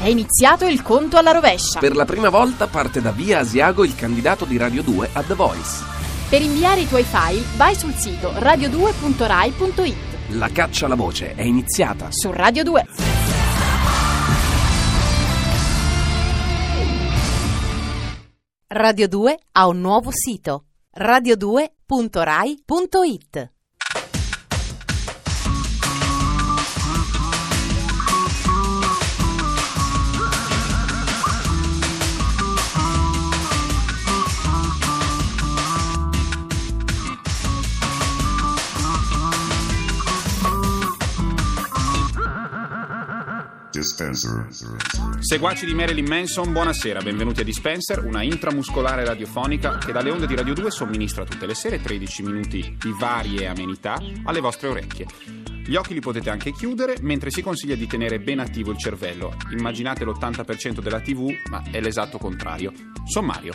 È iniziato il conto alla rovescia. Per la prima volta parte da Via Asiago il candidato di Radio 2 a The Voice. Per inviare i tuoi file vai sul sito radio2.rai.it. La caccia alla voce è iniziata Su Radio 2. Radio 2 ha un nuovo sito, radio2.rai.it. Dispenser. Seguaci di Marilyn Manson, buonasera, benvenuti a Dispenser, una intramuscolare radiofonica che dalle onde di Radio 2 somministra tutte le sere 13 minuti di varie amenità alle vostre orecchie. Gli occhi li potete anche chiudere, mentre si consiglia di tenere ben attivo il cervello. Immaginate l'80% della TV, ma è l'esatto contrario. Sommario.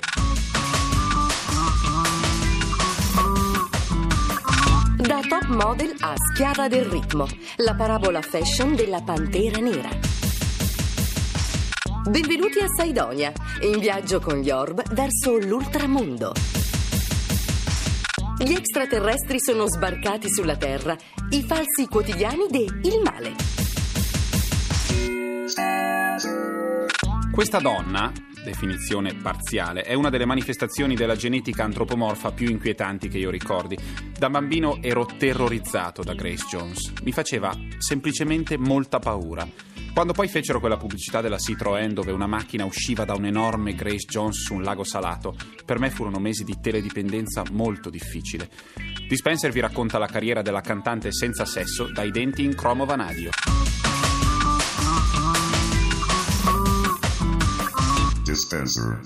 Da top model a schiava del ritmo, la parabola fashion della Pantera Nera. Benvenuti a Saidonia, in viaggio con gli orb verso l'ultramondo. Gli extraterrestri sono sbarcati sulla Terra, i falsi quotidiani de Il Male. Questa donna, definizione parziale, è una delle manifestazioni della genetica antropomorfa più inquietanti che io ricordi. Da bambino ero terrorizzato da Grace Jones. Mi faceva semplicemente molta paura. Quando poi fecero quella pubblicità della Citroën dove una macchina usciva da un enorme Grace Jones su un lago salato, per me furono mesi di teledipendenza molto difficile. Dispenser vi racconta la carriera della cantante senza sesso dai denti in cromo vanadio. Dispenser.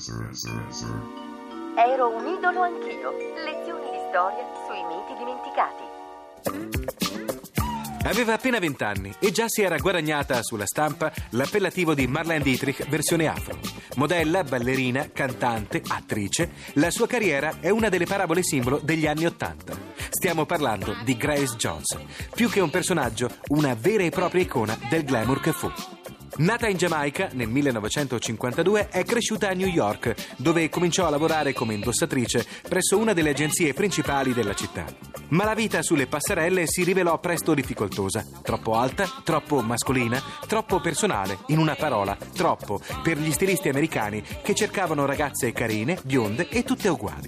Ero un idolo anch'io. Lezioni di storia sui miti dimenticati. Aveva appena 20 anni e già si era guadagnata sulla stampa l'appellativo di Marlene Dietrich versione afro. Modella, ballerina, cantante, attrice, la sua carriera è una delle parabole simbolo degli anni '80. Stiamo parlando di Grace Jones, più che un personaggio, una vera e propria icona del glamour che fu. Nata in Giamaica nel 1952, è cresciuta a New York, dove cominciò a lavorare come indossatrice presso una delle agenzie principali della città. Ma la vita sulle passerelle si rivelò presto difficoltosa. Troppo alta, troppo mascolina, troppo personale, in una parola, troppo per gli stilisti americani che cercavano ragazze carine, bionde e tutte uguali.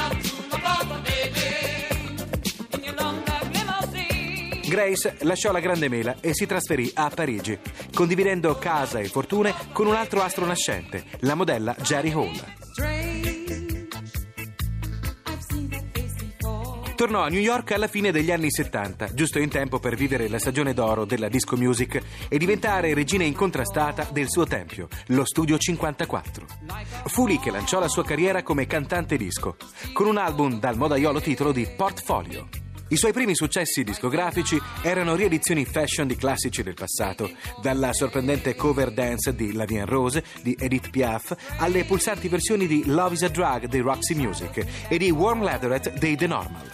Grace lasciò la Grande Mela e si trasferì a Parigi, condividendo casa e fortune con un altro astro nascente, la modella Jerry Hall. Tornò a New York alla fine degli anni 70, giusto in tempo per vivere la stagione d'oro della disco music e diventare regina incontrastata del suo tempio, lo Studio 54. Fu lì che lanciò la sua carriera come cantante disco, con un album dal modaiolo titolo di Portfolio. I suoi primi successi discografici erano riedizioni fashion di classici del passato, dalla sorprendente cover dance di La Vie en Rose di Edith Piaf alle pulsanti versioni di Love is a Drug dei Roxy Music e di Warm Leatherette dei The Normal.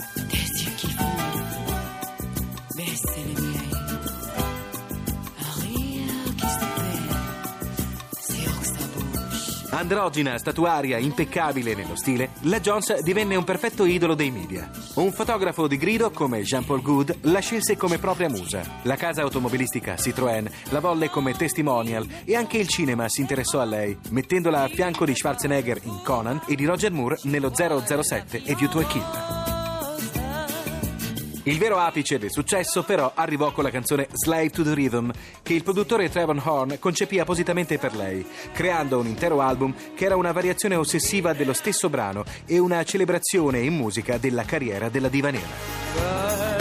Androgina, statuaria, impeccabile nello stile, la Jones divenne un perfetto idolo dei media. Un fotografo di grido come Jean-Paul Goude la scelse come propria musa. La casa automobilistica Citroën la volle come testimonial e anche il cinema si interessò a lei, mettendola a fianco di Schwarzenegger in Conan e di Roger Moore nello 007 e View to a Kill. Il vero apice del successo però arrivò con la canzone Slave to the Rhythm, che il produttore Trevor Horn concepì appositamente per lei, creando un intero album che era una variazione ossessiva dello stesso brano e una celebrazione in musica della carriera della diva nera.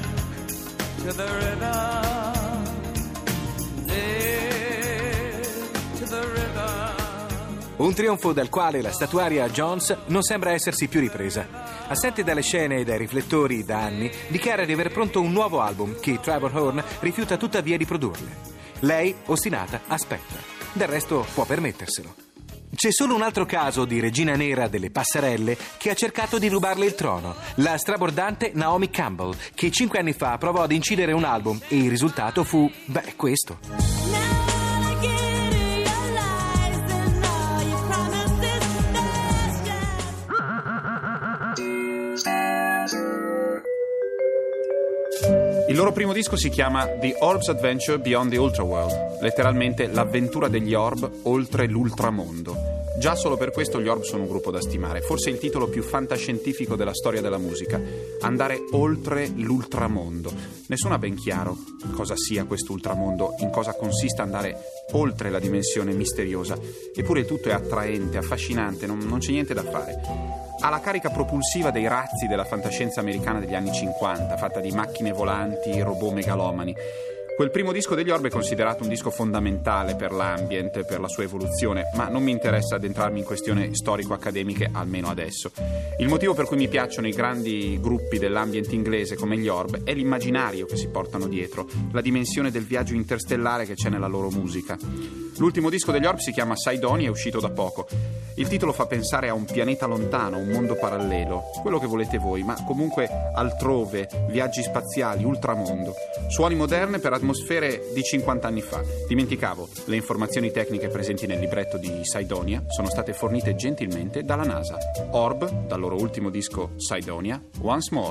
Un trionfo dal quale la statuaria Jones non sembra essersi più ripresa. Assente dalle scene e dai riflettori da anni, dichiara di aver pronto un nuovo album che Trevor Horn rifiuta tuttavia di produrle. Lei, ostinata, aspetta. Del resto può permetterselo. C'è solo un altro caso di regina nera delle passerelle che ha cercato di rubarle il trono, la strabordante Naomi Campbell, che 5 anni fa provò ad incidere un album e il risultato fu, questo. loro primo disco si chiama The Orb's Adventure Beyond the Ultraworld, letteralmente l'avventura degli orb oltre l'ultramondo. Già solo per questo gli Orb sono un gruppo da stimare, forse il titolo più fantascientifico della storia della musica, andare oltre l'ultramondo. Nessuno ha ben chiaro cosa sia questo ultramondo, in cosa consista andare oltre la dimensione misteriosa, eppure il tutto è attraente, affascinante, non c'è niente da fare. Ha la carica propulsiva dei razzi della fantascienza americana degli anni 50, fatta di macchine volanti, robot megalomani. Quel primo disco degli Orb è considerato un disco fondamentale per l'ambient, per la sua evoluzione, ma non mi interessa addentrarmi in questioni storico-accademiche, almeno adesso. Il motivo per cui mi piacciono i grandi gruppi dell'ambient inglese come gli Orb è l'immaginario che si portano dietro, la dimensione del viaggio interstellare che c'è nella loro musica. L'ultimo disco degli Orb si chiama Cydonia, è uscito da poco. Il titolo fa pensare a un pianeta lontano, un mondo parallelo, quello che volete voi, ma comunque altrove, viaggi spaziali, ultramondo. Suoni moderne per atmosfere di 50 anni fa. Dimenticavo, le informazioni tecniche presenti nel libretto di Cydonia sono state fornite gentilmente dalla NASA. Orb, dal loro ultimo disco Cydonia, Once More.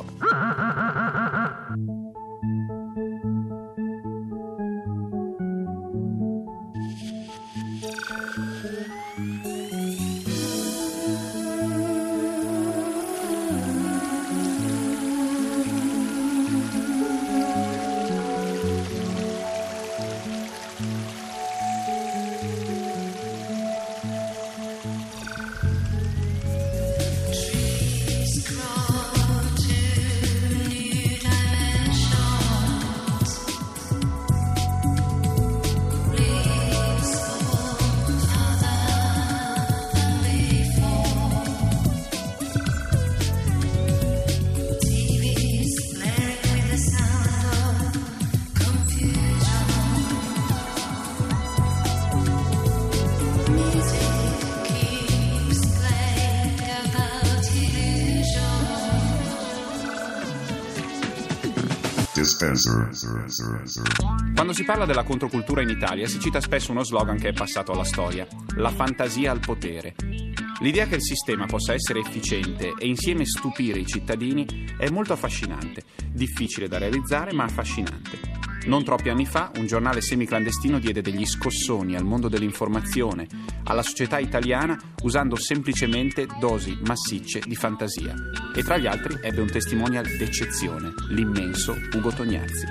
Quando si parla della controcultura in Italia si cita spesso uno slogan che è passato alla storia: la fantasia al potere. L'idea che il sistema possa essere efficiente e insieme stupire i cittadini è molto affascinante, difficile da realizzare ma affascinante. Non troppi anni fa un giornale semiclandestino diede degli scossoni al mondo dell'informazione, alla società italiana, usando semplicemente dosi massicce di fantasia. E tra gli altri ebbe un testimonial d'eccezione, l'immenso Ugo Tognazzi.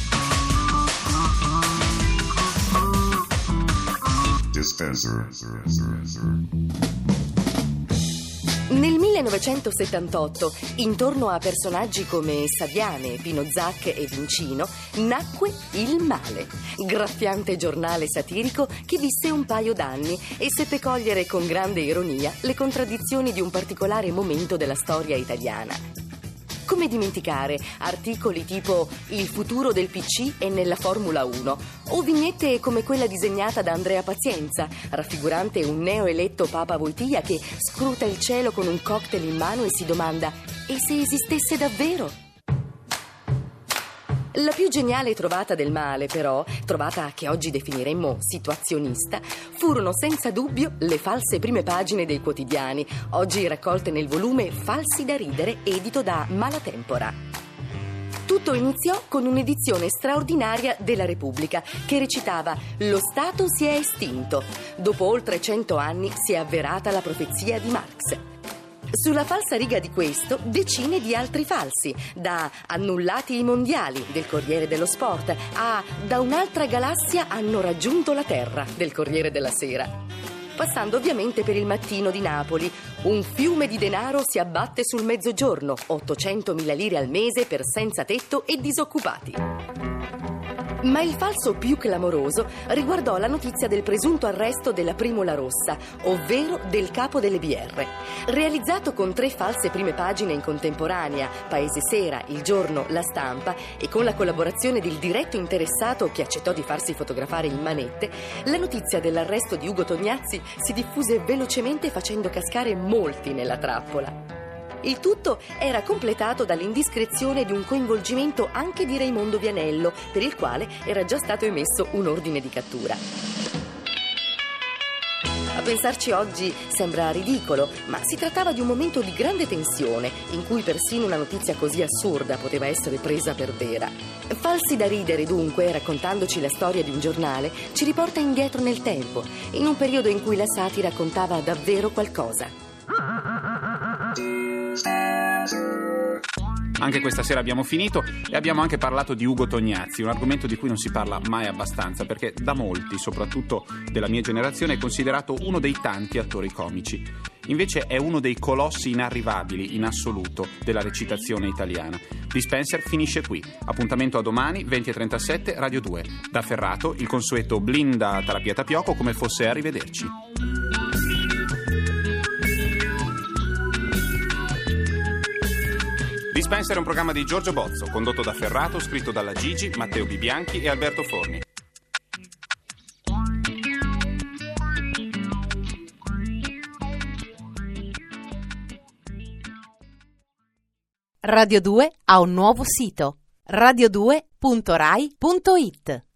Nel 1978, intorno a personaggi come Saviane, Pino Zac e Vincino, nacque Il Male, graffiante giornale satirico che visse un paio d'anni e seppe cogliere con grande ironia le contraddizioni di un particolare momento della storia italiana. Come dimenticare articoli tipo Il futuro del PC è nella Formula 1 o vignette come quella disegnata da Andrea Pazienza, raffigurante un neoeletto Papa Wojtyła che scruta il cielo con un cocktail in mano e si domanda: e se esistesse davvero? La più geniale trovata del Male, però, trovata che oggi definiremmo situazionista, furono senza dubbio le false prime pagine dei quotidiani, oggi raccolte nel volume Falsi da ridere, edito da Malatempora. Tutto iniziò con un'edizione straordinaria della Repubblica che recitava: lo Stato si è estinto. Dopo oltre 100 anni si è avverata la profezia di Marx. Sulla falsa riga di questo, decine di altri falsi, da Annullati i mondiali del Corriere dello Sport a Da un'altra galassia hanno raggiunto la Terra del Corriere della Sera. Passando ovviamente per Il Mattino di Napoli: un fiume di denaro si abbatte sul mezzogiorno, 800.000 lire al mese per senza tetto e disoccupati. Ma il falso più clamoroso riguardò la notizia del presunto arresto della Primo La Rossa, ovvero del capo delle BR. Realizzato con 3 false prime pagine in contemporanea, Paese Sera, Il Giorno, La Stampa, e con la collaborazione del diretto interessato che accettò di farsi fotografare in manette, la notizia dell'arresto di Ugo Tognazzi si diffuse velocemente facendo cascare molti nella trappola. Il tutto era completato dall'indiscrezione di un coinvolgimento anche di Raimondo Vianello, per il quale era già stato emesso un ordine di cattura. pensarci oggi sembra ridicolo, ma si trattava di un momento di grande tensione, in cui persino una notizia così assurda poteva essere presa per vera. Falsi da ridere, dunque, raccontandoci la storia di un giornale, ci riporta indietro nel tempo, in un periodo in cui la satira contava davvero qualcosa. Anche questa sera abbiamo finito e abbiamo anche parlato di Ugo Tognazzi, un argomento di cui non si parla mai abbastanza, perché da molti, soprattutto della mia generazione, è considerato uno dei tanti attori comici. Invece è uno dei colossi inarrivabili in assoluto della recitazione italiana. Dispenser finisce qui. Appuntamento a domani, 20:37, Radio 2. Da Ferrato, il consueto blinda Terapia Tapioco come fosse arrivederci. Dispenser è un programma di Giorgio Bozzo, condotto da Ferrato, scritto dalla Gigi, Matteo Bibianchi e Alberto Forni. Radio 2 ha un nuovo sito: radio2.rai.it.